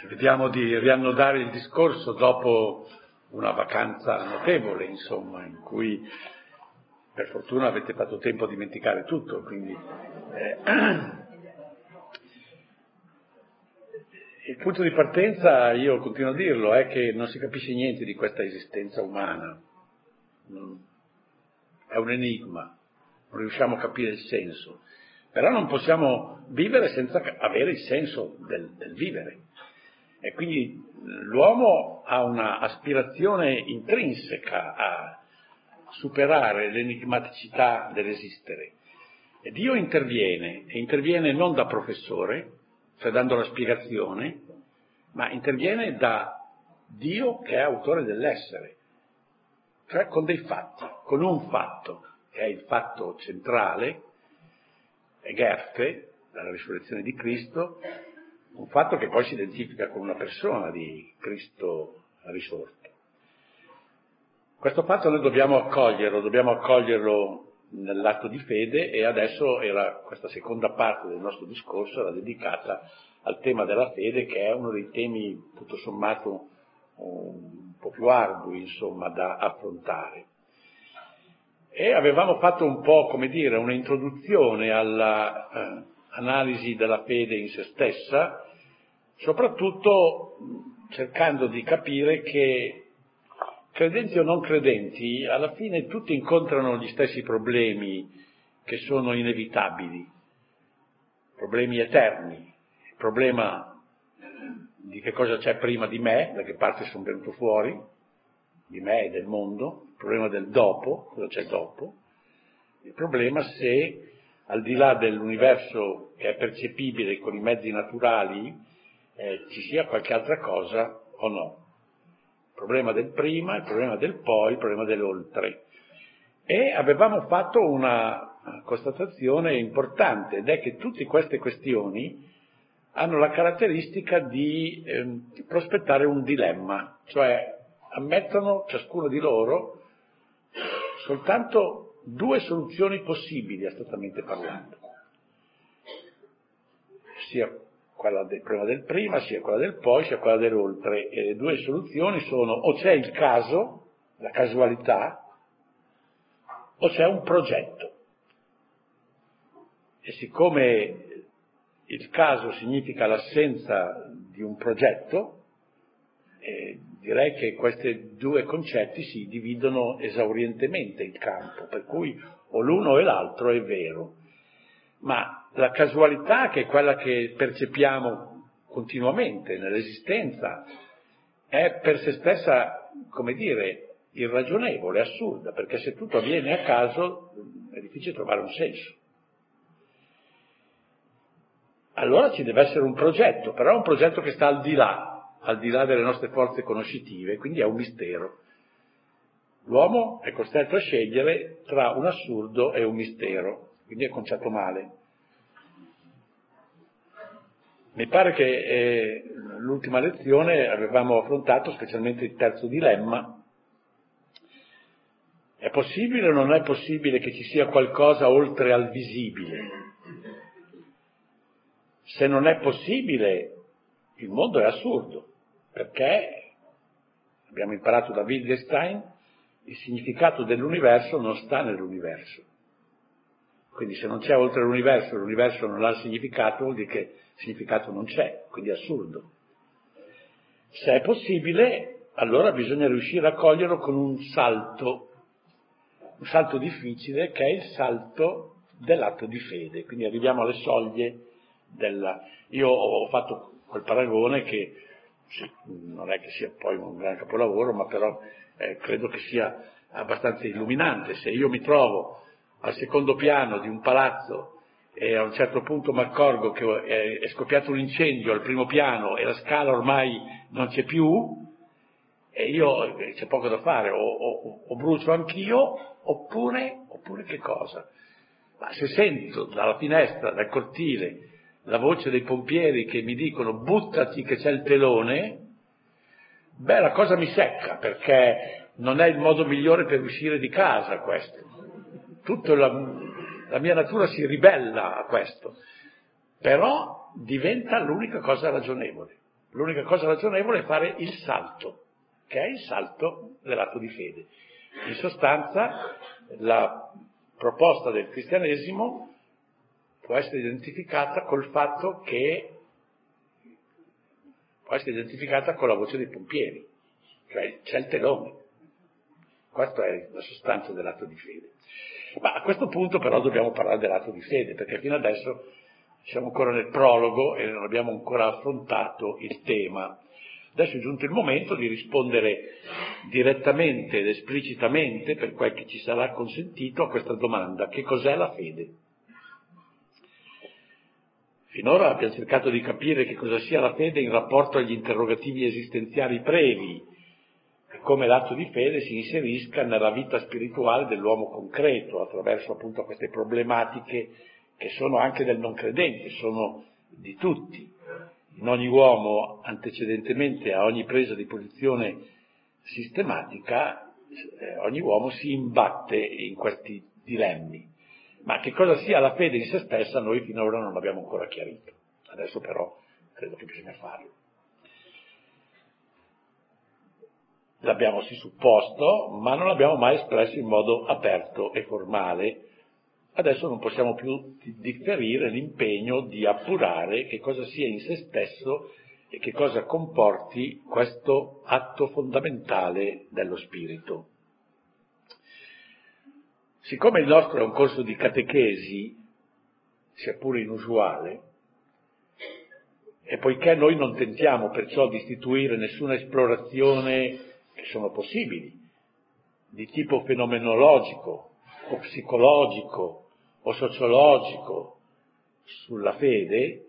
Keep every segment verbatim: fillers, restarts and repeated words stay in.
Vediamo di riannodare il discorso dopo una vacanza notevole, insomma, in cui per fortuna avete fatto tempo a dimenticare tutto, quindi eh, il punto di partenza, io continuo a dirlo, è che non si capisce niente di questa esistenza umana, è un enigma, non riusciamo a capire il senso, però non possiamo vivere senza avere il senso del, del vivere. E quindi l'uomo ha una aspirazione intrinseca a superare l'enigmaticità dell'esistere. E Dio interviene, e interviene non da professore, cioè dando la spiegazione, ma interviene da Dio che è autore dell'essere, cioè con dei fatti, con un fatto, che è il fatto centrale, Egerfe, dalla risurrezione di Cristo, un fatto che poi si identifica con una persona di Cristo risorto. Questo fatto noi dobbiamo accoglierlo, dobbiamo accoglierlo nell'atto di fede, e adesso era questa seconda parte del nostro discorso era dedicata al tema della fede, che è uno dei temi tutto sommato un po' più ardui, insomma, da affrontare. E avevamo fatto un po', come dire, un'introduzione alla eh, analisi della fede in se stessa, soprattutto cercando di capire che credenti o non credenti, alla fine tutti incontrano gli stessi problemi che sono inevitabili, problemi eterni, il problema di che cosa c'è prima di me, da che parte sono venuto fuori, di me e del mondo, il problema del dopo, cosa c'è dopo, il problema se al di là dell'universo che è percepibile con i mezzi naturali eh, ci sia qualche altra cosa o no. Il problema del prima, il problema del poi, il problema dell'oltre. E avevamo fatto una constatazione importante, ed è che tutte queste questioni hanno la caratteristica di eh, prospettare un dilemma, cioè ammettono ciascuno di loro soltanto due soluzioni possibili, astrattamente parlando, sia quella del problema del prima, sia quella del poi, sia quella dell'oltre. E le due soluzioni sono: o c'è il caso, la casualità, o c'è un progetto. E siccome il caso significa l'assenza di un progetto, eh, direi che questi due concetti si dividono esaurientemente il campo, per cui o l'uno o l'altro è vero. Ma la casualità, che è quella che percepiamo continuamente nell'esistenza, è per se stessa, come dire, irragionevole, assurda, perché se tutto avviene a caso è difficile trovare un senso. Allora ci deve essere un progetto, però è un progetto che sta al di là, al di là delle nostre forze conoscitive, quindi è un mistero. L'uomo è costretto a scegliere tra un assurdo e un mistero, quindi è conciato male. Mi pare che eh, l'ultima lezione avevamo affrontato specialmente il terzo dilemma. È possibile o non è possibile che ci sia qualcosa oltre al visibile? Se non è possibile, il mondo è assurdo, perché, abbiamo imparato da Wittgenstein, il significato dell'universo non sta nell'universo. Quindi se non c'è oltre l'universo, l'universo non ha il significato, vuol dire che il significato non c'è, quindi è assurdo. Se è possibile, allora bisogna riuscire a coglierlo con un salto, un salto difficile, che è il salto dell'atto di fede. Quindi arriviamo alle soglie della... Io ho fatto quel paragone che sì, non è che sia poi un gran capolavoro, ma però eh, credo che sia abbastanza illuminante. Se io mi trovo al secondo piano di un palazzo e a un certo punto mi accorgo che è scoppiato un incendio al primo piano e la scala ormai non c'è più, e io c'è poco da fare, o, o, o brucio anch'io, oppure, oppure che cosa? Ma se sento dalla finestra, dal cortile, la voce dei pompieri che mi dicono buttati che c'è il telone, beh, la cosa mi secca, perché non è il modo migliore per uscire di casa questo. Tutta la, la mia natura si ribella a questo, però diventa l'unica cosa ragionevole. L'unica cosa ragionevole è fare il salto, che è il salto dell'atto di fede. In sostanza, la proposta del cristianesimo può essere identificata col fatto che può essere identificata con la voce dei pompieri, cioè c'è il telone. Questa è la sostanza dell'atto di fede. Ma a questo punto però dobbiamo parlare dell'atto di fede, perché fino adesso siamo ancora nel prologo e non abbiamo ancora affrontato il tema. Adesso è giunto il momento di rispondere direttamente ed esplicitamente, per quel che ci sarà consentito, a questa domanda: che cos'è la fede? Finora abbiamo cercato di capire che cosa sia la fede in rapporto agli interrogativi esistenziali brevi, e come l'atto di fede si inserisca nella vita spirituale dell'uomo concreto, attraverso appunto queste problematiche che sono anche del non credente, sono di tutti. In ogni uomo, antecedentemente a ogni presa di posizione sistematica, eh, ogni uomo si imbatte in questi dilemmi. Ma che cosa sia la fede in se stessa noi finora non l'abbiamo ancora chiarito. Adesso però credo che bisogna farlo. L'abbiamo sì supposto, ma non l'abbiamo mai espresso in modo aperto e formale. Adesso non possiamo più differire l'impegno di appurare che cosa sia in se stesso e che cosa comporti questo atto fondamentale dello spirito. Siccome il nostro è un corso di catechesi, sia pure inusuale, e poiché noi non tentiamo perciò di istituire nessuna esplorazione, che sono possibili, di tipo fenomenologico o psicologico o sociologico sulla fede,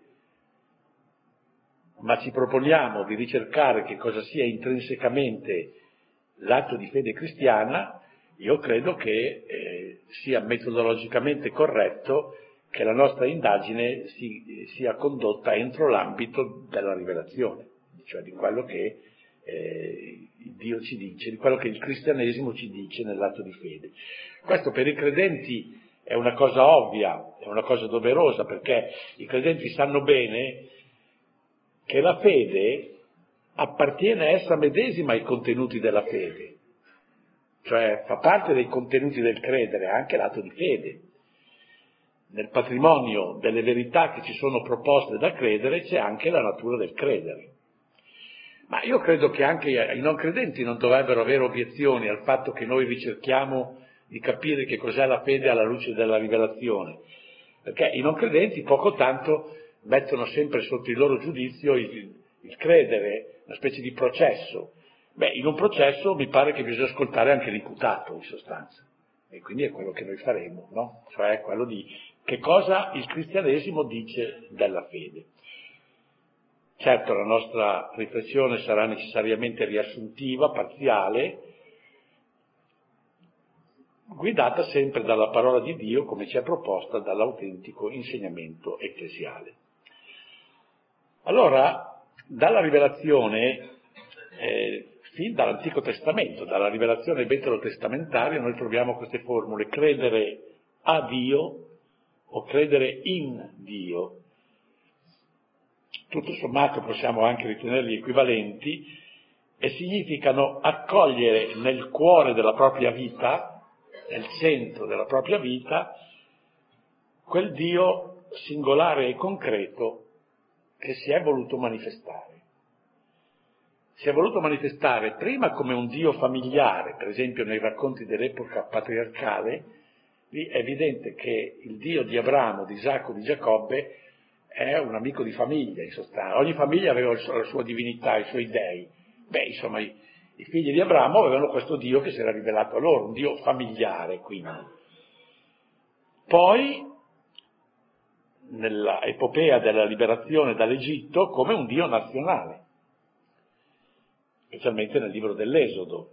ma ci proponiamo di ricercare che cosa sia intrinsecamente l'atto di fede cristiana, io credo che eh, sia metodologicamente corretto che la nostra indagine si, sia condotta entro l'ambito della rivelazione, cioè di quello che eh, Dio ci dice, di quello che il cristianesimo ci dice nell'atto di fede. Questo per i credenti è una cosa ovvia, è una cosa doverosa, perché i credenti sanno bene che la fede appartiene essa medesima ai contenuti della fede, cioè fa parte dei contenuti del credere, anche l'atto di fede. Nel patrimonio delle verità che ci sono proposte da credere c'è anche la natura del credere. Ma io credo che anche i non credenti non dovrebbero avere obiezioni al fatto che noi ricerchiamo di capire che cos'è la fede alla luce della rivelazione, perché i non credenti poco tanto mettono sempre sotto il loro giudizio il, il credere, una specie di processo. Beh, in un processo mi pare che bisogna ascoltare anche l'imputato, in sostanza, e quindi è quello che noi faremo, no? Cioè quello di che cosa il cristianesimo dice della fede. Certo, la nostra riflessione sarà necessariamente riassuntiva, parziale, guidata sempre dalla parola di Dio come ci è proposta dall'autentico insegnamento ecclesiale. Allora, dalla rivelazione, eh, fin dall'Antico Testamento, dalla rivelazione veterotestamentaria, noi troviamo queste formule: credere a Dio o credere in Dio. Tutto sommato possiamo anche ritenerli equivalenti e significano accogliere nel cuore della propria vita, nel centro della propria vita, quel Dio singolare e concreto che si è voluto manifestare. Si è voluto manifestare prima come un Dio familiare, per esempio nei racconti dell'epoca patriarcale. Lì è evidente che il Dio di Abramo, di Isacco, di Giacobbe è un amico di famiglia, in sostanza. Ogni famiglia aveva la sua divinità, i suoi dei. Beh, insomma, i, i figli di Abramo avevano questo Dio che si era rivelato a loro, un Dio familiare, quindi. Poi, nella epopea della liberazione dall'Egitto, come un Dio nazionale, specialmente nel libro dell'Esodo.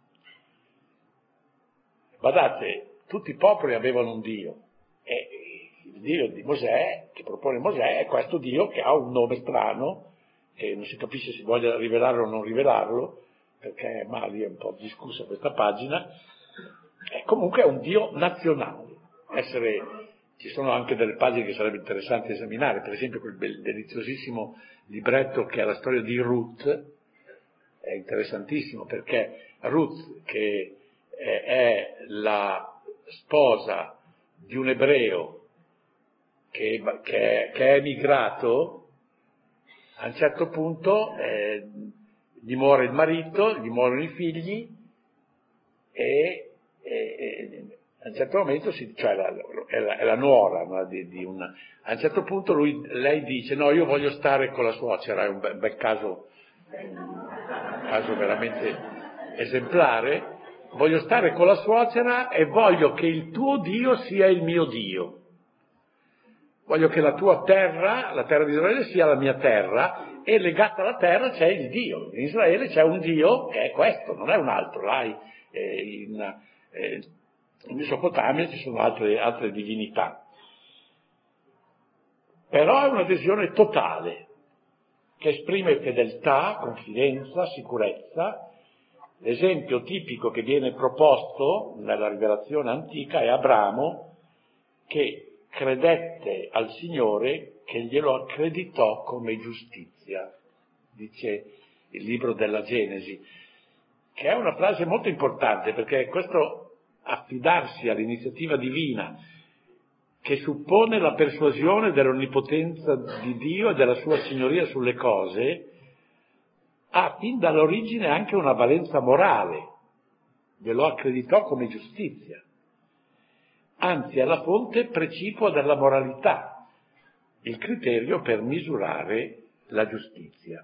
Guardate, tutti i popoli avevano un Dio, e il Dio di Mosè, che propone Mosè, è questo Dio che ha un nome strano, che non si capisce se voglia rivelarlo o non rivelarlo, perché Mali è un po' discussa questa pagina, è comunque un Dio nazionale. Essere ci sono anche delle pagine che sarebbe interessante esaminare, per esempio quel bel, deliziosissimo libretto che è la storia di Ruth, è interessantissimo perché Ruth, che è la sposa di un ebreo che, che, è, che è emigrato, a un certo punto eh, gli muore il marito, gli muoiono i figli e, e, e a un certo momento, si, cioè la, è, la, è la nuora, no, di, di una, a un certo punto lui, lei dice no, io voglio stare con la suocera, è un bel, bel caso, un caso veramente esemplare, voglio stare con la suocera e voglio che il tuo Dio sia il mio Dio. Voglio che la tua terra, la terra di Israele, sia la mia terra, e legata alla terra c'è il Dio. In Israele c'è un Dio che è questo, non è un altro. Là eh, in, eh, in Mesopotamia ci sono altre, altre divinità. Però è un'adesione totale, che esprime fedeltà, confidenza, sicurezza. L'esempio tipico che viene proposto nella rivelazione antica è Abramo, che credette al Signore che glielo accreditò come giustizia, dice il libro della Genesi, che è una frase molto importante perché questo affidarsi all'iniziativa divina che suppone la persuasione dell'onnipotenza di Dio e della sua signoria sulle cose ha fin dall'origine anche una valenza morale, glielo accreditò come giustizia. Anzi, è la fonte precipua della moralità, il criterio per misurare la giustizia.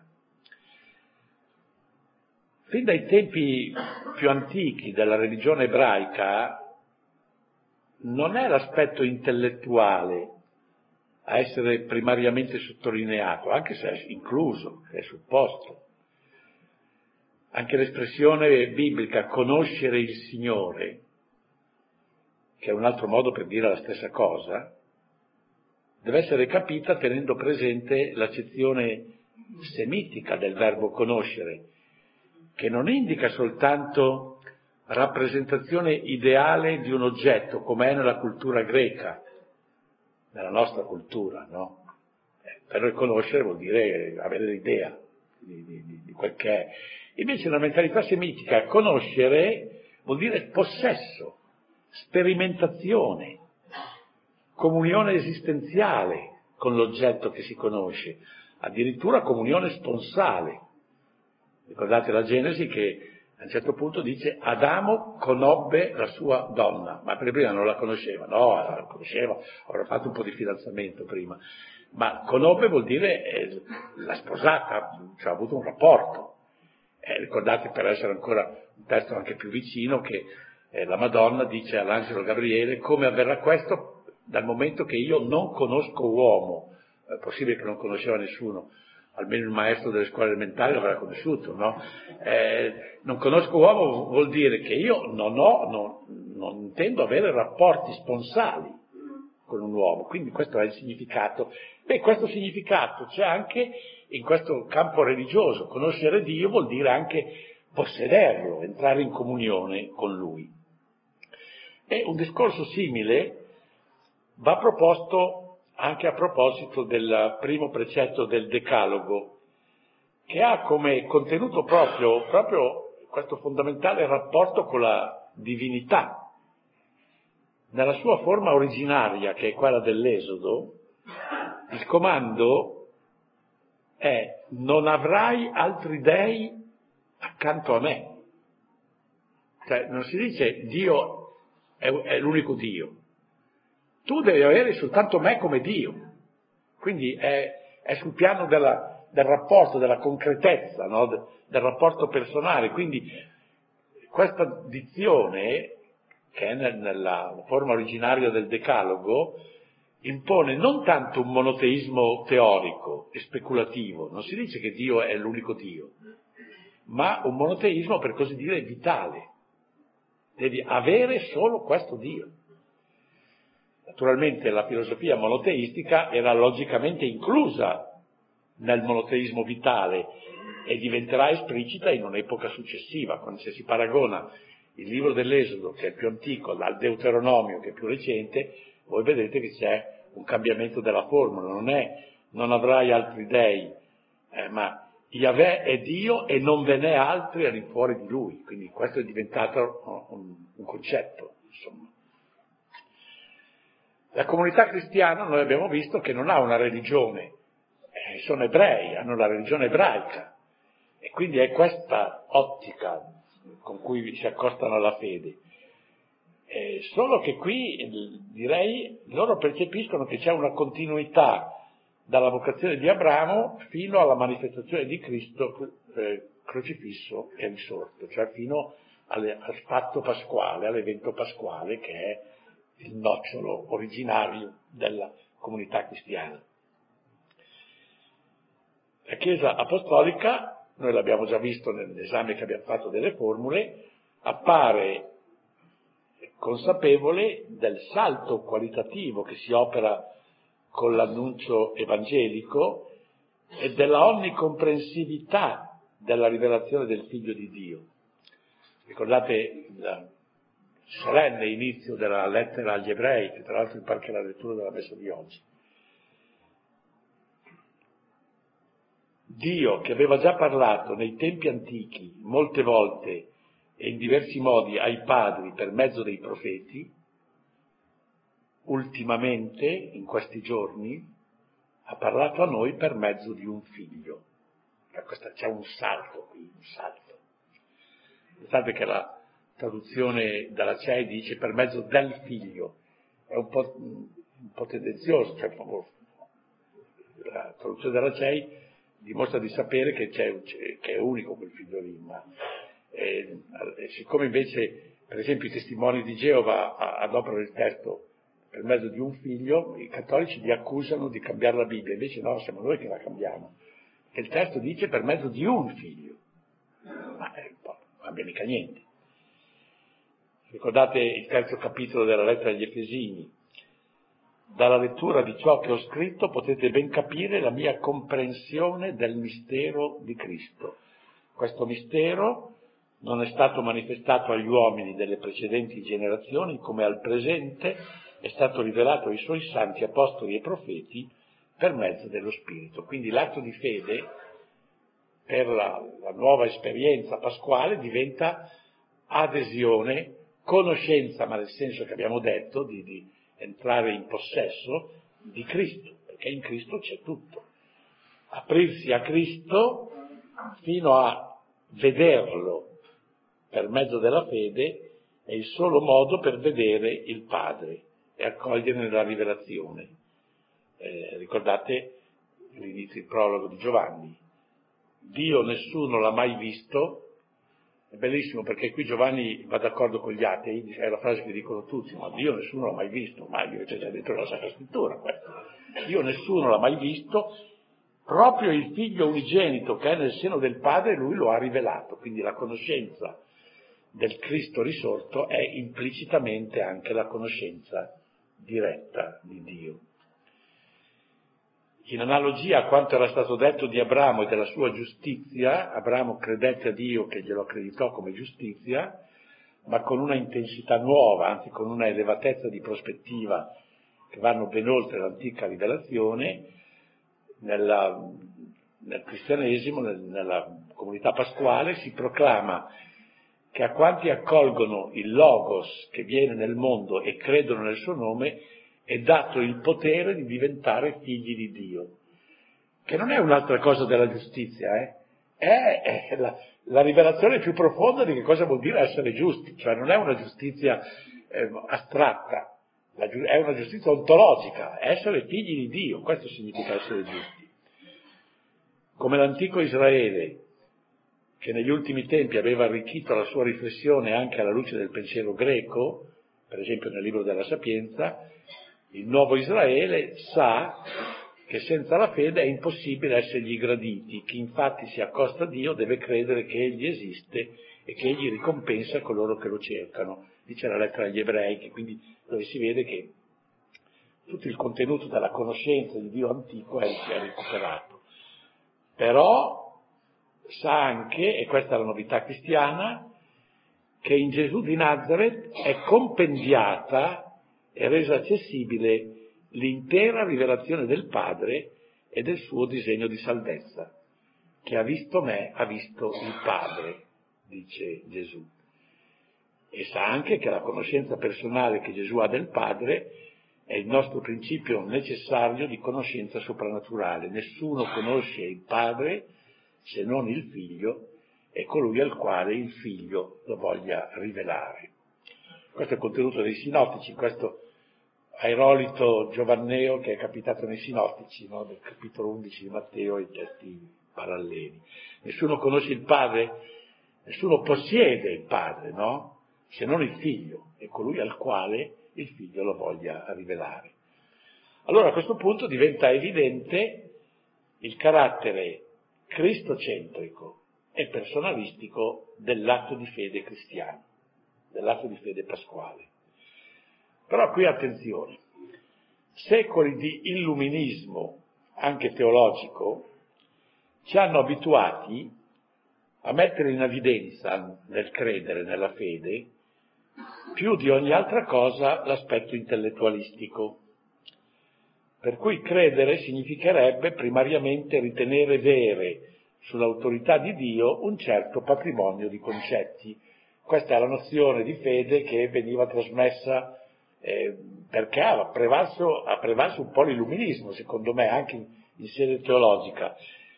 Fin dai tempi più antichi della religione ebraica non è l'aspetto intellettuale a essere primariamente sottolineato, anche se è incluso, è supposto. Anche l'espressione biblica conoscere il Signore, che è un altro modo per dire la stessa cosa, deve essere capita tenendo presente l'accezione semitica del verbo conoscere, che non indica soltanto rappresentazione ideale di un oggetto, come è nella cultura greca, nella nostra cultura, no? Eh, per noi conoscere vuol dire avere l'idea di, di, di quel che è. Invece la mentalità semitica, conoscere vuol dire possesso, sperimentazione, comunione esistenziale con l'oggetto che si conosce, addirittura comunione sponsale. Ricordate la Genesi che a un certo punto dice Adamo conobbe la sua donna, ma prima non la conosceva, no, la conosceva, avrà fatto un po' di fidanzamento prima, ma conobbe vuol dire eh, l'ha sposata, cioè ha avuto un rapporto. Eh, ricordate, per essere ancora un testo anche più vicino, che eh, la Madonna dice all'angelo Gabriele come avverrà questo dal momento che io non conosco uomo. È possibile che non conosceva nessuno, almeno il maestro delle scuole elementari l'avrà conosciuto, no? Eh, non conosco uomo vuol dire che io non ho, non, non intendo avere rapporti sponsali con un uomo, quindi questo è il significato. Beh, questo significato c'è anche in questo campo religioso. Conoscere Dio vuol dire anche possederlo, entrare in comunione con Lui. E un discorso simile va proposto anche a proposito del primo precetto del Decalogo, che ha come contenuto proprio, proprio questo fondamentale rapporto con la divinità. Nella sua forma originaria, che è quella dell'Esodo, il comando è non avrai altri dei accanto a me. Cioè non si dice Dio è, è l'unico Dio. Tu devi avere soltanto me come Dio. Quindi è, è sul piano della, del rapporto, della concretezza, no? De, del rapporto personale. Quindi questa dizione, che è nel, nella forma originaria del Decalogo, impone non tanto un monoteismo teorico e speculativo, non si dice che Dio è l'unico Dio, ma un monoteismo, per così dire, vitale. Devi avere solo questo Dio. Naturalmente la filosofia monoteistica era logicamente inclusa nel monoteismo vitale e diventerà esplicita in un'epoca successiva, quando se si paragona il libro dell'Esodo, che è più antico, dal Deuteronomio, che è più recente, voi vedete che c'è un cambiamento della formula, non è non avrai altri dei, eh, ma Yahweh è Dio e non ve n'è altri al di fuori di Lui, quindi questo è diventato un, un concetto, insomma. La comunità cristiana, noi abbiamo visto che non ha una religione, eh, sono ebrei, hanno la religione ebraica, e quindi è questa ottica con cui si accostano alla fede. Eh, solo che qui, direi, loro percepiscono che c'è una continuità dalla vocazione di Abramo fino alla manifestazione di Cristo eh, crocifisso e risorto, cioè fino alle, al fatto pasquale, all'evento pasquale che è il nocciolo originario della comunità cristiana. La Chiesa apostolica, noi l'abbiamo già visto nell'esame che abbiamo fatto delle formule, appare consapevole del salto qualitativo che si opera con l'annuncio evangelico e della onnicomprensività della rivelazione del Figlio di Dio. Ricordate il solenne inizio della lettera agli ebrei, che tra l'altro mi pare che è la lettura della messa di oggi. Dio, che aveva già parlato nei tempi antichi molte volte e in diversi modi ai padri per mezzo dei profeti, ultimamente, in questi giorni, ha parlato a noi per mezzo di un figlio. C'è un salto qui, un salto. Pensate che la traduzione dalla C E I dice per mezzo del figlio, è un po', un po' tendenzioso, cioè la traduzione della C E I dimostra di sapere che, c'è, che è unico quel figlio lì, ma eh, siccome invece, per esempio, i testimoni di Geova adoperano il testo per mezzo di un figlio, i cattolici li accusano di cambiare la Bibbia, invece no, siamo noi che la cambiamo. E il testo dice per mezzo di un figlio, ma eh, non cambia mica niente. Ricordate il terzo capitolo della lettera agli Efesini. Dalla lettura di ciò che ho scritto potete ben capire la mia comprensione del mistero di Cristo. Questo mistero non è stato manifestato agli uomini delle precedenti generazioni, come al presente è stato rivelato ai suoi santi apostoli e profeti per mezzo dello Spirito. Quindi l'atto di fede per la, la nuova esperienza pasquale diventa adesione, conoscenza, ma nel senso che abbiamo detto, di, di entrare in possesso di Cristo, perché in Cristo c'è tutto. Aprirsi a Cristo fino a vederlo per mezzo della fede è il solo modo per vedere il Padre e accoglierne la rivelazione. Eh, ricordate l'inizio, il prologo di Giovanni. Dio nessuno l'ha mai visto. È bellissimo perché qui Giovanni va d'accordo con gli atei, è la frase che dicono tutti, ma Dio nessuno l'ha mai visto, ma invece c'è dentro la Sacra Scrittura questo. Dio nessuno l'ha mai visto, proprio il figlio unigenito che è nel seno del Padre, lui lo ha rivelato, quindi la conoscenza del Cristo risorto è implicitamente anche la conoscenza diretta di Dio. In analogia a quanto era stato detto di Abramo e della sua giustizia, Abramo credette a Dio che glielo accreditò come giustizia, ma con una intensità nuova, anzi con una elevatezza di prospettiva che vanno ben oltre l'antica rivelazione. Nella, nel cristianesimo, nel, nella comunità pasquale, si proclama che a quanti accolgono il Logos che viene nel mondo e credono nel suo nome è dato il potere di diventare figli di Dio, che non è un'altra cosa della giustizia, eh? è, è la, la rivelazione più profonda di che cosa vuol dire essere giusti, cioè non è una giustizia eh, astratta, la, è una giustizia ontologica, essere figli di Dio, questo significa essere giusti. Come l'antico Israele, che negli ultimi tempi aveva arricchito la sua riflessione anche alla luce del pensiero greco, per esempio nel libro della Sapienza, il nuovo Israele sa che senza la fede è impossibile essergli graditi. Chi infatti si accosta a Dio deve credere che Egli esiste e che Egli ricompensa coloro che lo cercano. Dice la lettera agli ebrei, che quindi dove si vede che tutto il contenuto della conoscenza di Dio antico è recuperato. Però sa anche, e questa è la novità cristiana, che in Gesù di Nazaret è compendiata è resa accessibile l'intera rivelazione del Padre e del suo disegno di salvezza. Chi ha visto me ha visto il Padre, dice Gesù. E sa anche che la conoscenza personale che Gesù ha del Padre è il nostro principio necessario di conoscenza soprannaturale. Nessuno conosce il Padre se non il Figlio e colui al quale il Figlio lo voglia rivelare. Questo è il contenuto dei sinottici, questo aerolito giovanneo che è capitato nei sinottici, no? Del capitolo undici di Matteo e i testi paralleli. Nessuno conosce il Padre, nessuno possiede il Padre, no? Se non il Figlio e colui al quale il Figlio lo voglia rivelare. Allora a questo punto diventa evidente il carattere cristocentrico e personalistico dell'atto di fede cristiano, dell'atto di fede pasquale. Però qui attenzione, secoli di illuminismo, anche teologico, ci hanno abituati a mettere in evidenza nel credere, nella fede, più di ogni altra cosa l'aspetto intellettualistico. Per cui credere significherebbe primariamente ritenere vere sull'autorità di Dio un certo patrimonio di concetti. Questa è la nozione di fede che veniva trasmessa eh, perché ha prevalso, ha prevalso un po' l'illuminismo, secondo me, anche in, in sede teologica.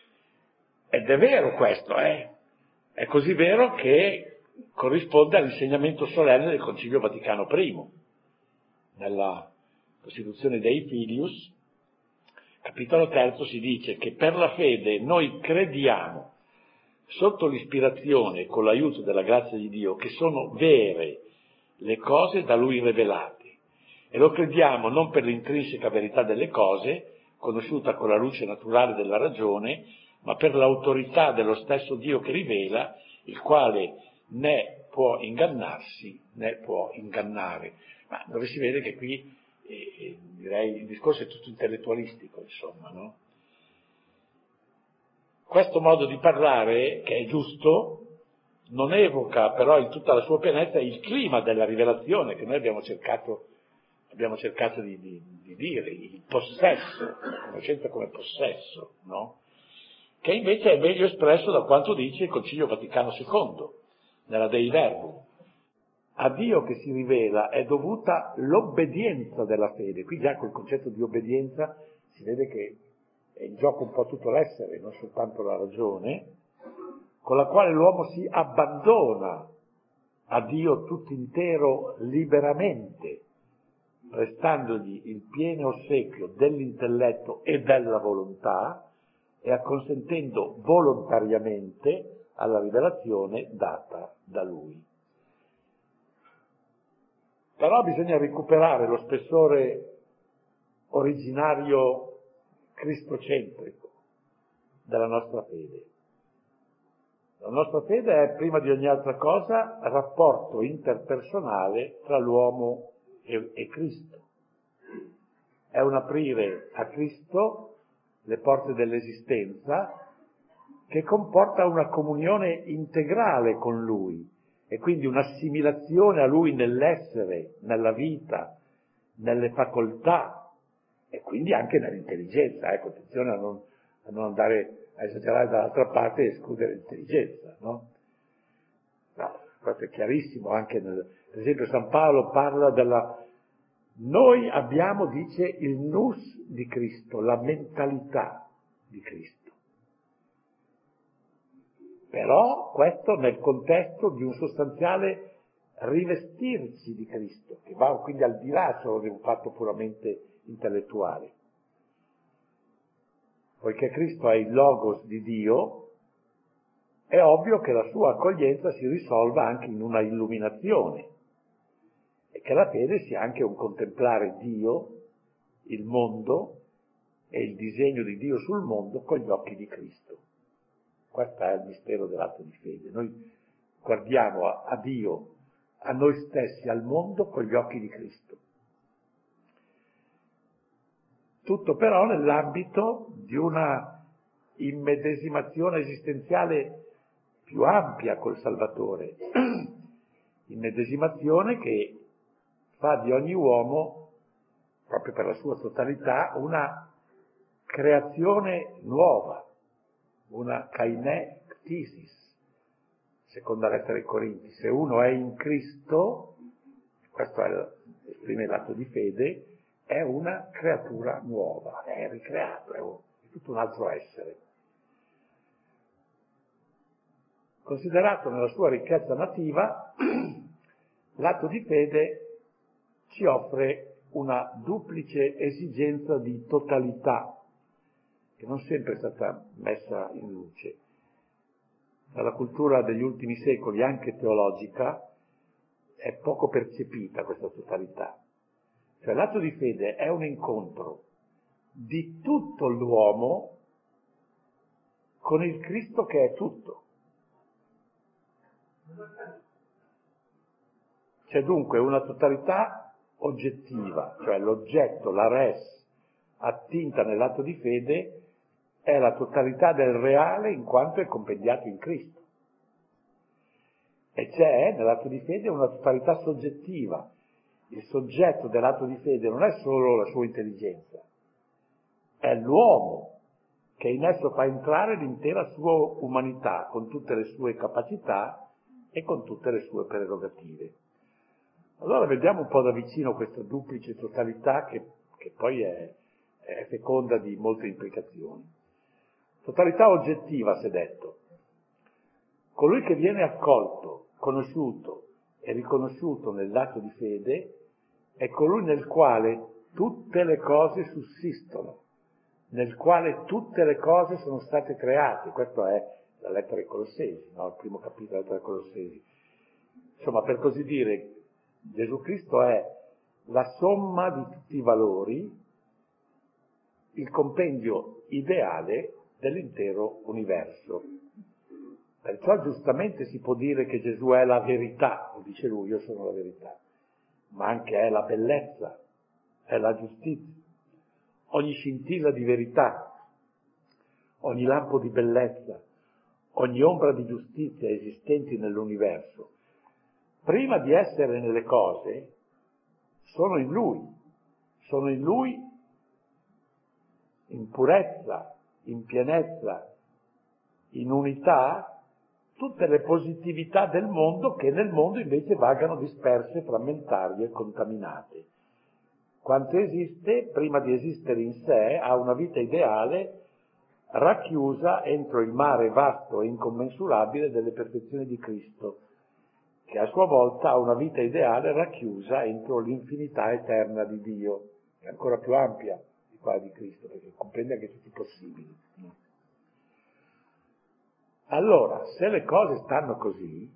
Ed è vero questo, eh? È così vero che corrisponde all'insegnamento solenne del Concilio Vaticano primo. Nella Costituzione Dei Filius, capitolo terzo, si dice che per la fede noi crediamo, sotto l'ispirazione e con l'aiuto della grazia di Dio, che sono vere le cose da Lui rivelate. E lo crediamo non per l'intrinseca verità delle cose, conosciuta con la luce naturale della ragione, ma per l'autorità dello stesso Dio che rivela, il quale né può ingannarsi né può ingannare. Ma dove si vede che qui, eh, direi, il discorso è tutto intellettualistico, insomma, no? Questo modo di parlare, che è giusto, non evoca però in tutta la sua pienezza il clima della rivelazione che noi abbiamo cercato, abbiamo cercato di, di, di dire, il possesso, la conoscenza come possesso, no? Che invece è meglio espresso da quanto dice il Concilio Vaticano secondo, nella Dei Verbum. A Dio che si rivela è dovuta l'obbedienza della fede. Qui già col concetto di obbedienza si vede che è in gioco un po' tutto l'essere, non soltanto la ragione, con la quale l'uomo si abbandona a Dio tutto intero liberamente, prestandogli il pieno ossequio dell'intelletto e della volontà e acconsentendo volontariamente alla rivelazione data da Lui. Però bisogna recuperare lo spessore originario cristocentrico della nostra fede. La nostra fede è, prima di ogni altra cosa, rapporto interpersonale tra l'uomo e, e Cristo. È un aprire a Cristo le porte dell'esistenza che comporta una comunione integrale con Lui e quindi un'assimilazione a Lui nell'essere, nella vita, nelle facoltà e quindi anche nell'intelligenza. Ecco, attenzione a non, a non andare a esagerare dall'altra parte e escludere l'intelligenza, no? No, questo è chiarissimo, anche nel, per esempio San Paolo parla della... Noi abbiamo, dice, il nous di Cristo, la mentalità di Cristo. Però questo nel contesto di un sostanziale rivestirsi di Cristo, che va quindi al di là solo di un fatto puramente intellettuale. Poiché Cristo è il Logos di Dio, è ovvio che la sua accoglienza si risolva anche in una illuminazione e che la fede sia anche un contemplare Dio, il mondo e il disegno di Dio sul mondo con gli occhi di Cristo. Questo è il mistero dell'atto di fede. Noi guardiamo a, a Dio, a noi stessi, al mondo con gli occhi di Cristo. Tutto però nell'ambito di una immedesimazione esistenziale più ampia col Salvatore. Immedesimazione che fa di ogni uomo proprio per la sua totalità, una creazione nuova, una kainektisis, seconda lettera ai Corinti. Se uno è in Cristo, questo è, esprime l'atto di fede, è una creatura nuova, è ricreato, è, un, è tutto un altro essere. Considerato nella sua ricchezza nativa, l'atto di fede ci offre una duplice esigenza di totalità, che non sempre è stata messa in luce. Dalla cultura degli ultimi secoli, anche teologica, è poco percepita questa totalità. Cioè l'atto di fede è un incontro di tutto l'uomo con il Cristo che è tutto. C'è dunque una totalità oggettiva, cioè l'oggetto, la res, attinta nell'atto di fede, è la totalità del reale in quanto è compendiato in Cristo. E c'è nell'atto di fede una totalità soggettiva. Il soggetto dell'atto di fede non è solo la sua intelligenza, è l'uomo che in esso fa entrare l'intera sua umanità, con tutte le sue capacità e con tutte le sue prerogative. Allora vediamo un po' da vicino questa duplice totalità che, che poi è, è feconda di molte implicazioni. Totalità oggettiva, si è detto. Colui che viene accolto, conosciuto e riconosciuto nell'atto di fede è colui nel quale tutte le cose sussistono, nel quale tutte le cose sono state create. Questa è la lettera ai Colossesi, no? Il primo capitolo della lettera ai Colossesi. Insomma, per così dire, Gesù Cristo è la somma di tutti i valori, il compendio ideale dell'intero universo. Perciò giustamente si può dire che Gesù è la verità, lo dice lui, io sono la verità, ma anche è la bellezza, è la giustizia, ogni scintilla di verità, ogni lampo di bellezza, ogni ombra di giustizia esistenti nell'universo, prima di essere nelle cose, sono in Lui, sono in Lui in purezza, in pienezza, in unità, tutte le positività del mondo che nel mondo invece vagano disperse, frammentarie, contaminate. Quanto esiste, prima di esistere in sé, ha una vita ideale racchiusa entro il mare vasto e incommensurabile delle perfezioni di Cristo, che a sua volta ha una vita ideale racchiusa entro l'infinità eterna di Dio, che è ancora più ampia di quella di Cristo, perché comprende anche tutti i possibili. Allora, se le cose stanno così,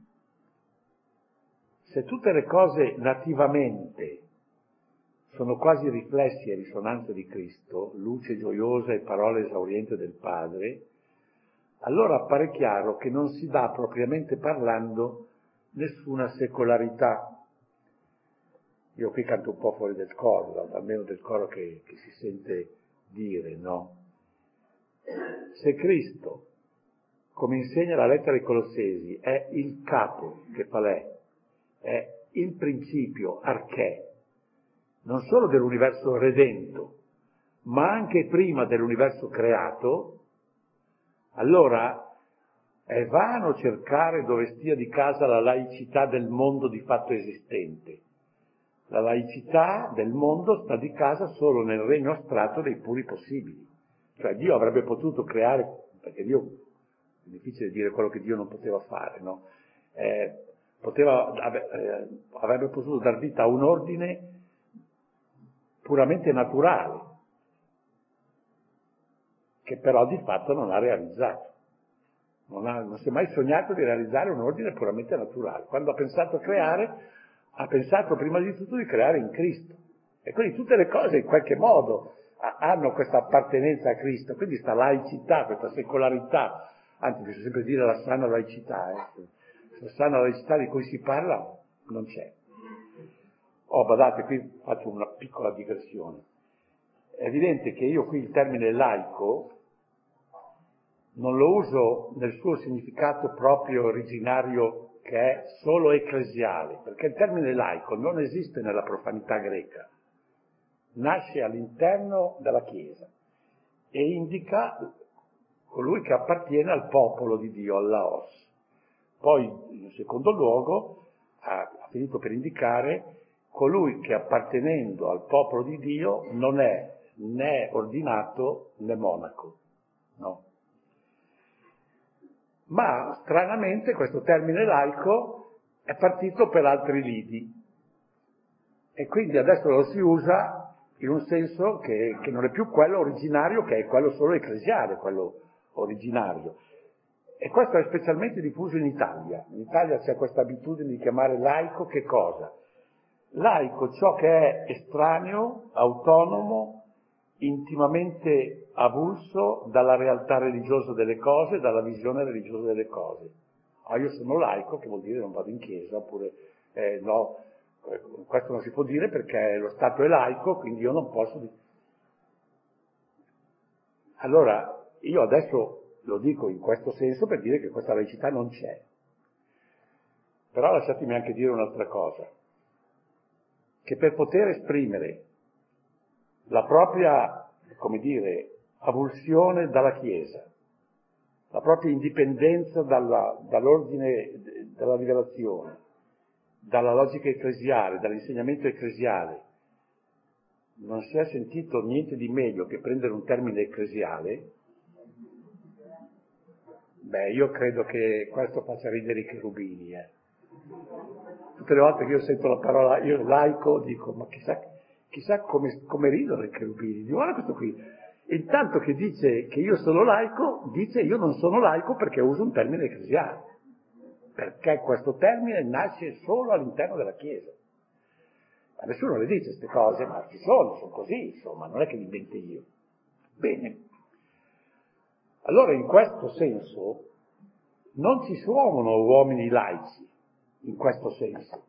se tutte le cose nativamente sono quasi riflessi e risonanze di Cristo, luce gioiosa e parole esauriente del Padre, allora appare chiaro che non si dà propriamente parlando nessuna secolarità. Io qui canto un po' fuori del coro, almeno del coro che, che si sente dire, no? Se Cristo, come insegna la lettera ai Colossesi, è il capo che fa lei, è il principio, archè, non solo dell'universo redento, ma anche prima dell'universo creato, allora è vano cercare dove stia di casa la laicità del mondo di fatto esistente. La laicità del mondo sta di casa solo nel regno astratto dei puri possibili. Cioè Dio avrebbe potuto creare, perché Dio, è difficile dire quello che Dio non poteva fare, no? Eh, poteva, eh, avrebbe potuto dar vita a un ordine puramente naturale, che però di fatto non ha realizzato. Non, ha, non si è mai sognato di realizzare un ordine puramente naturale. Quando ha pensato a creare, ha pensato prima di tutto di creare in Cristo. E quindi tutte le cose in qualche modo hanno questa appartenenza a Cristo, quindi questa laicità, questa secolarità, anzi bisogna sempre dire la sana laicità, eh. La sana laicità di cui si parla non c'è. Oh, badate, qui faccio una piccola digressione. È evidente che io qui il termine laico non lo uso nel suo significato proprio originario, che è solo ecclesiale, perché il termine laico non esiste nella profanità greca. nasce all'interno della Chiesa e indica colui che appartiene al popolo di Dio, al Laos. Poi, in secondo luogo, ha, ha finito per indicare colui che appartenendo al popolo di Dio non è né ordinato né monaco, no. Ma stranamente questo termine laico è partito per altri lidi e quindi adesso lo si usa in un senso che, che non è più quello originario, che è quello solo ecclesiale, quello originario. E questo è specialmente diffuso in Italia. In Italia c'è questa abitudine di chiamare laico che cosa? Laico ciò che è estraneo, autonomo, intimamente avulso dalla realtà religiosa delle cose, dalla visione religiosa delle cose. Ah, io sono laico, che vuol dire non vado in chiesa, oppure eh, no, questo non si può dire perché lo Stato è laico, quindi io non posso. Allora, io adesso lo dico in questo senso per dire che questa laicità non c'è. Però lasciatemi anche dire un'altra cosa, che per poter esprimere la propria, come dire, avulsione dalla Chiesa, la propria indipendenza dalla, dall'ordine della rivelazione, dalla logica ecclesiale, dall'insegnamento ecclesiale, non si è sentito niente di meglio che prendere un termine ecclesiale. Beh, io credo che questo faccia ridere i cherubini, eh. Tutte le volte che io sento la parola, io laico, dico, ma chissà... Chissà come, come ridono i cherubini, dico, guarda questo qui. E intanto che dice che io sono laico, dice io non sono laico perché uso un termine ecclesiale. Perché questo termine nasce solo all'interno della Chiesa. Ma nessuno le dice queste cose, ma ci sono, sono così, insomma, non è che li invento io. Bene. Allora in questo senso non ci sono uomini laici, in questo senso.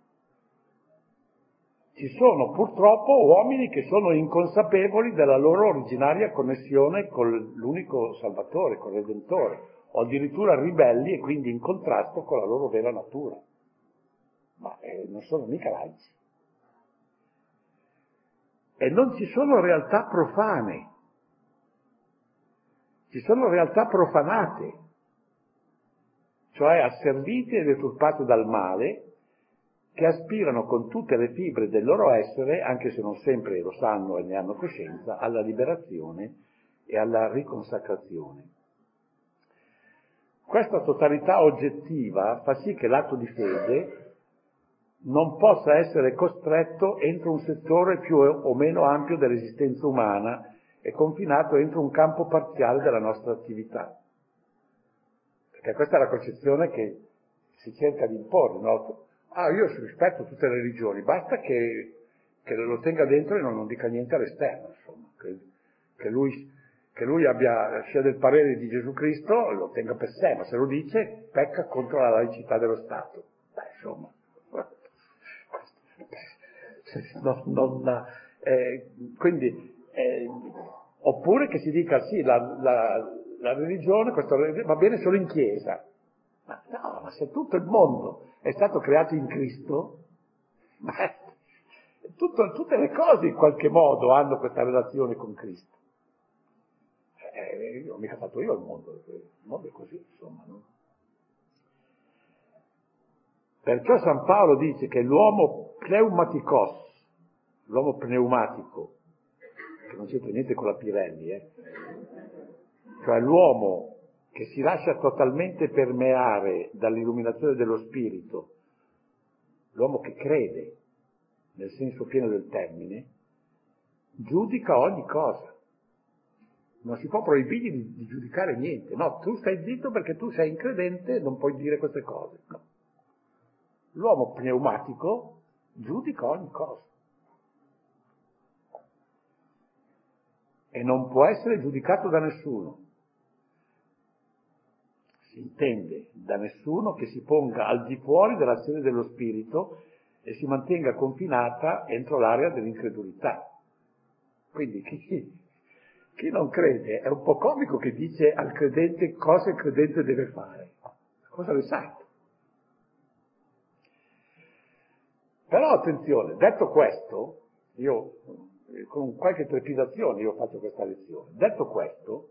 Ci sono purtroppo uomini che sono inconsapevoli della loro originaria connessione con l'unico Salvatore, con il Redentore, o addirittura ribelli e quindi in contrasto con la loro vera natura. Ma eh, non sono mica laici. E non ci sono realtà profane, ci sono realtà profanate, cioè asservite e deturpate dal male, che aspirano con tutte le fibre del loro essere, anche se non sempre lo sanno e ne hanno coscienza, alla liberazione e alla riconsacrazione. Questa totalità oggettiva fa sì che l'atto di fede non possa essere costretto entro un settore più o meno ampio dell'esistenza umana e confinato entro un campo parziale della nostra attività. Perché questa è la concezione che si cerca di imporre, no? Ah, io rispetto tutte le religioni, basta che, che lo tenga dentro e non, non dica niente all'esterno, insomma, che, che, lui, che lui abbia, sia del parere di Gesù Cristo, lo tenga per sé, ma se lo dice pecca contro la laicità dello Stato. Beh, insomma, non, non, eh, quindi, eh, oppure che si dica sì, la, la, la religione questo, va bene solo in chiesa. Ma no, ma se tutto il mondo è stato creato in Cristo, ma tutto, tutte le cose in qualche modo hanno questa relazione con Cristo. Eh, io non ho mica fatto io il mondo, il mondo è così, insomma. No? Perciò San Paolo dice che l'uomo pneumatikos, l'uomo pneumatico, che non c'entra niente con la Pirelli, eh, cioè l'uomo che si lascia totalmente permeare dall'illuminazione dello spirito, l'uomo che crede, nel senso pieno del termine, giudica ogni cosa. Non si può proibire di, di giudicare niente. No, tu stai zitto perché tu sei incredente e non puoi dire queste cose. No. L'uomo pneumatico giudica ogni cosa. E non può essere giudicato da nessuno. Si intende da nessuno che si ponga al di fuori dell'azione dello spirito e si mantenga confinata entro l'area dell'incredulità. Quindi chi, chi non crede è un po' comico che dice al credente cosa il credente deve fare. Cosa ne sa? Però attenzione, detto questo, io con qualche trepidazione io faccio questa lezione. Detto questo,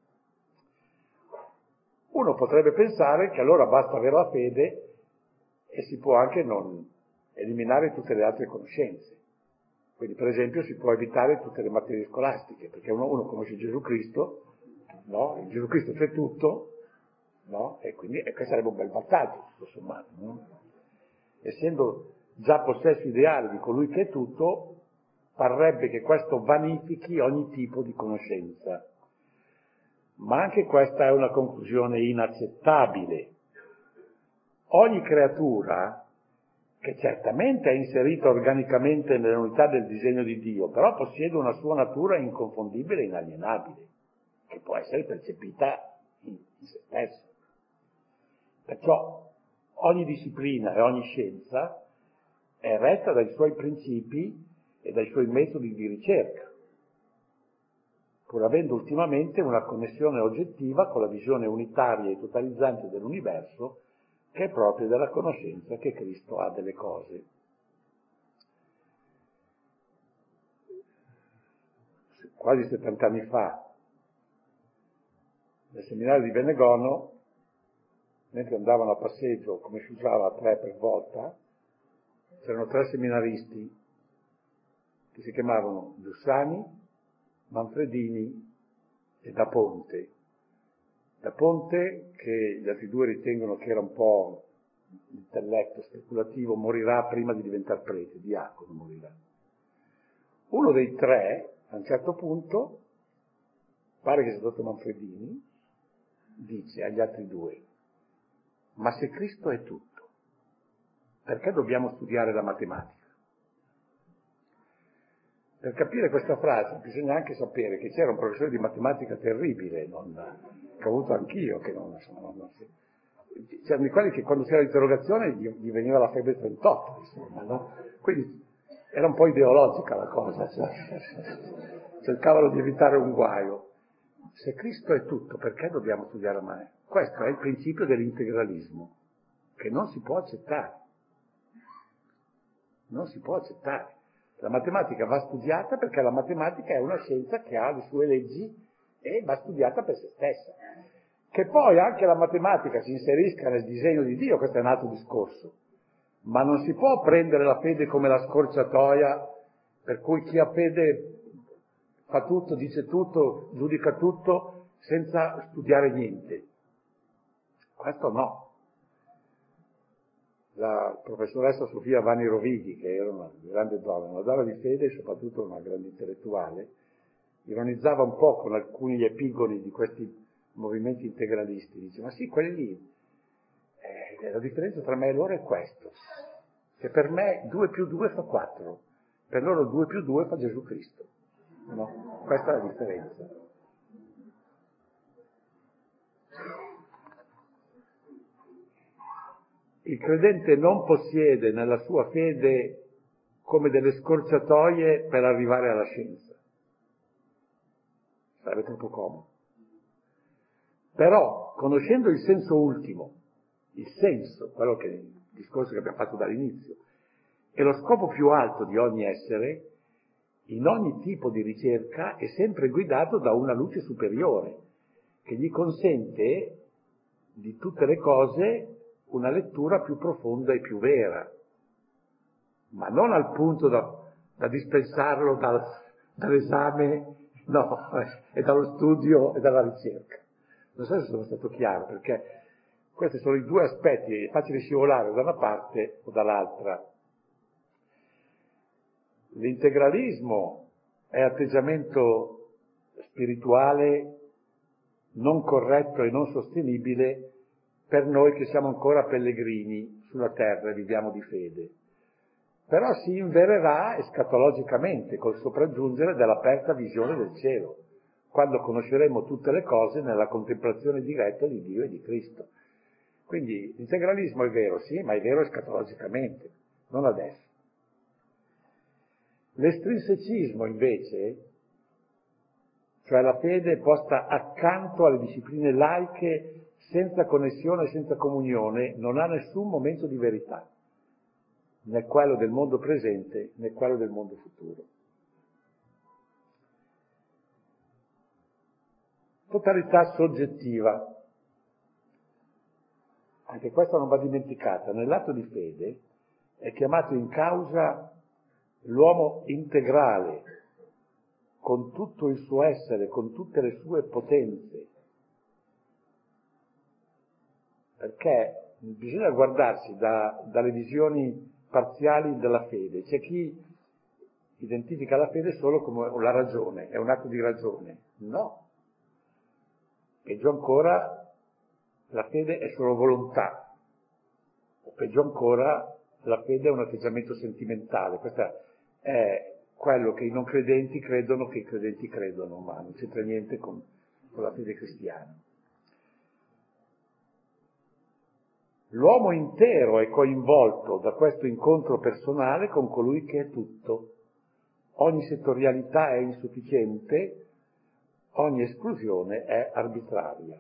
uno potrebbe pensare che allora basta avere la fede e si può anche non eliminare tutte le altre conoscenze. Quindi per esempio si può evitare tutte le materie scolastiche, perché uno, uno conosce Gesù Cristo, no? In Gesù Cristo c'è tutto, no? E quindi e questo sarebbe un bel vantaggio, tutto sommato, no? Essendo già possesso ideale di colui che è tutto, parrebbe che questo vanifichi ogni tipo di conoscenza. Ma anche questa è una conclusione inaccettabile. Ogni creatura, che certamente è inserita organicamente nell'unità del disegno di Dio, però possiede una sua natura inconfondibile e inalienabile, che può essere percepita in, in se stesso. Perciò ogni disciplina e ogni scienza è retta dai suoi principi e dai suoi metodi di ricerca, pur avendo ultimamente una connessione oggettiva con la visione unitaria e totalizzante dell'universo che è proprio della conoscenza che Cristo ha delle cose. Quasi settant'anni fa, nel seminario di Benegono, mentre andavano a passeggio, come si usava tre per volta, c'erano tre seminaristi che si chiamavano Giussani, Manfredini e Da Ponte. Da Ponte, che gli altri due ritengono che era un po' intelletto speculativo, morirà prima di diventare prete, diacono morirà. Uno dei tre, a un certo punto, pare che sia stato Manfredini, dice agli altri due: ma se Cristo è tutto, perché dobbiamo studiare la matematica? Per capire questa frase bisogna anche sapere che c'era un professore di matematica terribile, non, che ho avuto anch'io, che non, non, non si, c'erano i quali che quando c'era l'interrogazione gli, gli veniva la febbre trentotto, insomma, no? Quindi era un po' ideologica la cosa, cioè, cercavano di evitare un guaio. Se Cristo è tutto, perché dobbiamo studiare la matematica? Questo è il principio dell'integralismo, che non si può accettare. Non si può accettare. La matematica va studiata perché la matematica è una scienza che ha le sue leggi e va studiata per se stessa. Che poi anche la matematica si inserisca nel disegno di Dio, questo è un altro discorso. Ma non si può prendere la fede come la scorciatoia per cui chi ha fede fa tutto, dice tutto, giudica tutto senza studiare niente. Questo no. La professoressa Sofia Vanni Rovighi, che era una grande donna, una donna di fede e soprattutto una grande intellettuale, ironizzava un po' con alcuni epigoni di questi movimenti integralisti. Dice: ma sì, quelli lì, eh, la differenza tra me e loro è questo, che per me due più due fa quattro, per loro due più due fa Gesù Cristo. No? Questa è la differenza. Il credente non possiede nella sua fede come delle scorciatoie per arrivare alla scienza. Sarebbe troppo comodo. Però, conoscendo il senso ultimo, il senso, quello che il discorso che abbiamo fatto dall'inizio, e lo scopo più alto di ogni essere, in ogni tipo di ricerca è sempre guidato da una luce superiore, che gli consente di tutte le cose una lettura più profonda e più vera, ma non al punto da, da dispensarlo dal, dall'esame, no, e dallo studio e dalla ricerca. Non so se sono stato chiaro, perché questi sono i due aspetti, è facile scivolare da una parte o dall'altra. L'integralismo è atteggiamento spirituale non corretto e non sostenibile per noi che siamo ancora pellegrini sulla terra e viviamo di fede. Però si invererà escatologicamente col sopraggiungere dell'aperta visione del cielo, quando conosceremo tutte le cose nella contemplazione diretta di Dio e di Cristo. Quindi l'integralismo è vero, sì, ma è vero escatologicamente, non adesso. L'estrinsecismo invece, cioè la fede posta accanto alle discipline laiche senza connessione e senza comunione, non ha nessun momento di verità, né quello del mondo presente né quello del mondo futuro. Totalità soggettiva. Anche questa non va dimenticata. Nell'atto di fede è chiamato in causa l'uomo integrale, con tutto il suo essere, con tutte le sue potenze. Perché bisogna guardarsi da, dalle visioni parziali della fede. C'è chi identifica la fede solo come la ragione, è un atto di ragione. No. Peggio ancora, la fede è solo volontà. O peggio ancora, la fede è un atteggiamento sentimentale. Questo è quello che i non credenti credono che i credenti credono, ma non c'entra niente con, con la fede cristiana. L'uomo intero è coinvolto da questo incontro personale con colui che è tutto. Ogni settorialità è insufficiente, ogni esclusione è arbitraria.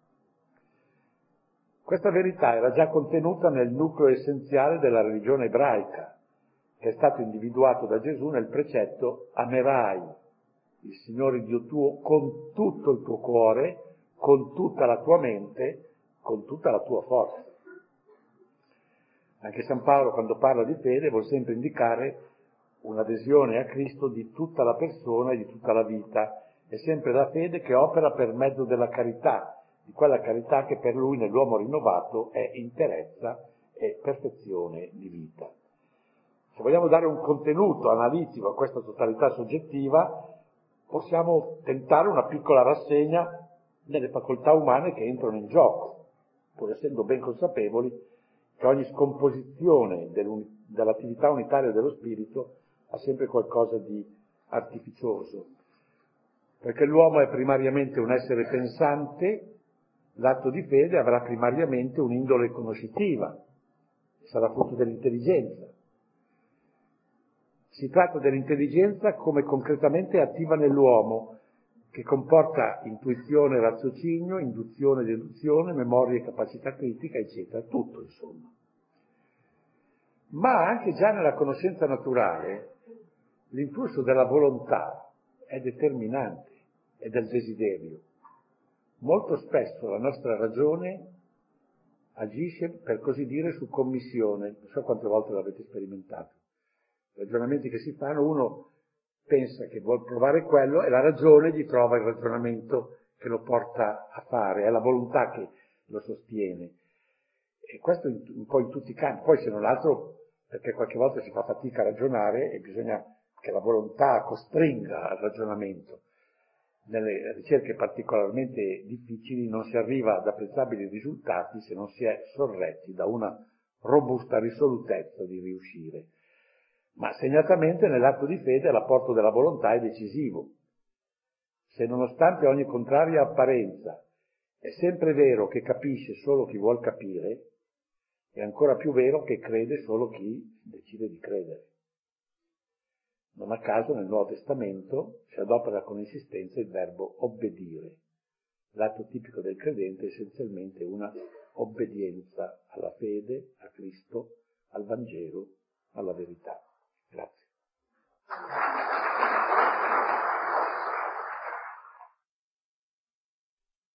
Questa verità era già contenuta nel nucleo essenziale della religione ebraica, che è stato individuato da Gesù nel precetto amerai il Signore Dio tuo con tutto il tuo cuore, con tutta la tua mente, con tutta la tua forza. Anche San Paolo, quando parla di fede, vuol sempre indicare un'adesione a Cristo di tutta la persona e di tutta la vita. È sempre la fede che opera per mezzo della carità, di quella carità che per lui nell'uomo rinnovato è interezza e perfezione di vita. Se vogliamo dare un contenuto analitico a questa totalità soggettiva, possiamo tentare una piccola rassegna delle facoltà umane che entrano in gioco, pur essendo ben consapevoli che ogni scomposizione dell'attività unitaria dello spirito ha sempre qualcosa di artificioso. Perché l'uomo è primariamente un essere pensante, l'atto di fede avrà primariamente un'indole conoscitiva, sarà frutto dell'intelligenza. Si tratta dell'intelligenza come concretamente attiva nell'uomo, che comporta intuizione, raziocinio, induzione, deduzione, memoria e capacità critica, eccetera, tutto insomma. Ma anche già nella conoscenza naturale l'influsso della volontà è determinante e del desiderio. Molto spesso la nostra ragione agisce, per così dire, su commissione. Non so quante volte l'avete sperimentato. I ragionamenti che si fanno, uno pensa che vuol provare quello e la ragione gli trova il ragionamento che lo porta a fare, è la volontà che lo sostiene. E questo un po' in tutti i campi. Poi se non altro perché qualche volta si fa fatica a ragionare e bisogna che la volontà costringa al ragionamento. Nelle ricerche particolarmente difficili non si arriva ad apprezzabili risultati se non si è sorretti da una robusta risolutezza di riuscire. Ma segnatamente nell'atto di fede l'apporto della volontà è decisivo. Se nonostante ogni contraria apparenza è sempre vero che capisce solo chi vuol capire, è ancora più vero che crede solo chi decide di credere. Non a caso nel Nuovo Testamento si adopera con insistenza il verbo obbedire. L'atto tipico del credente è essenzialmente una obbedienza alla fede, a Cristo,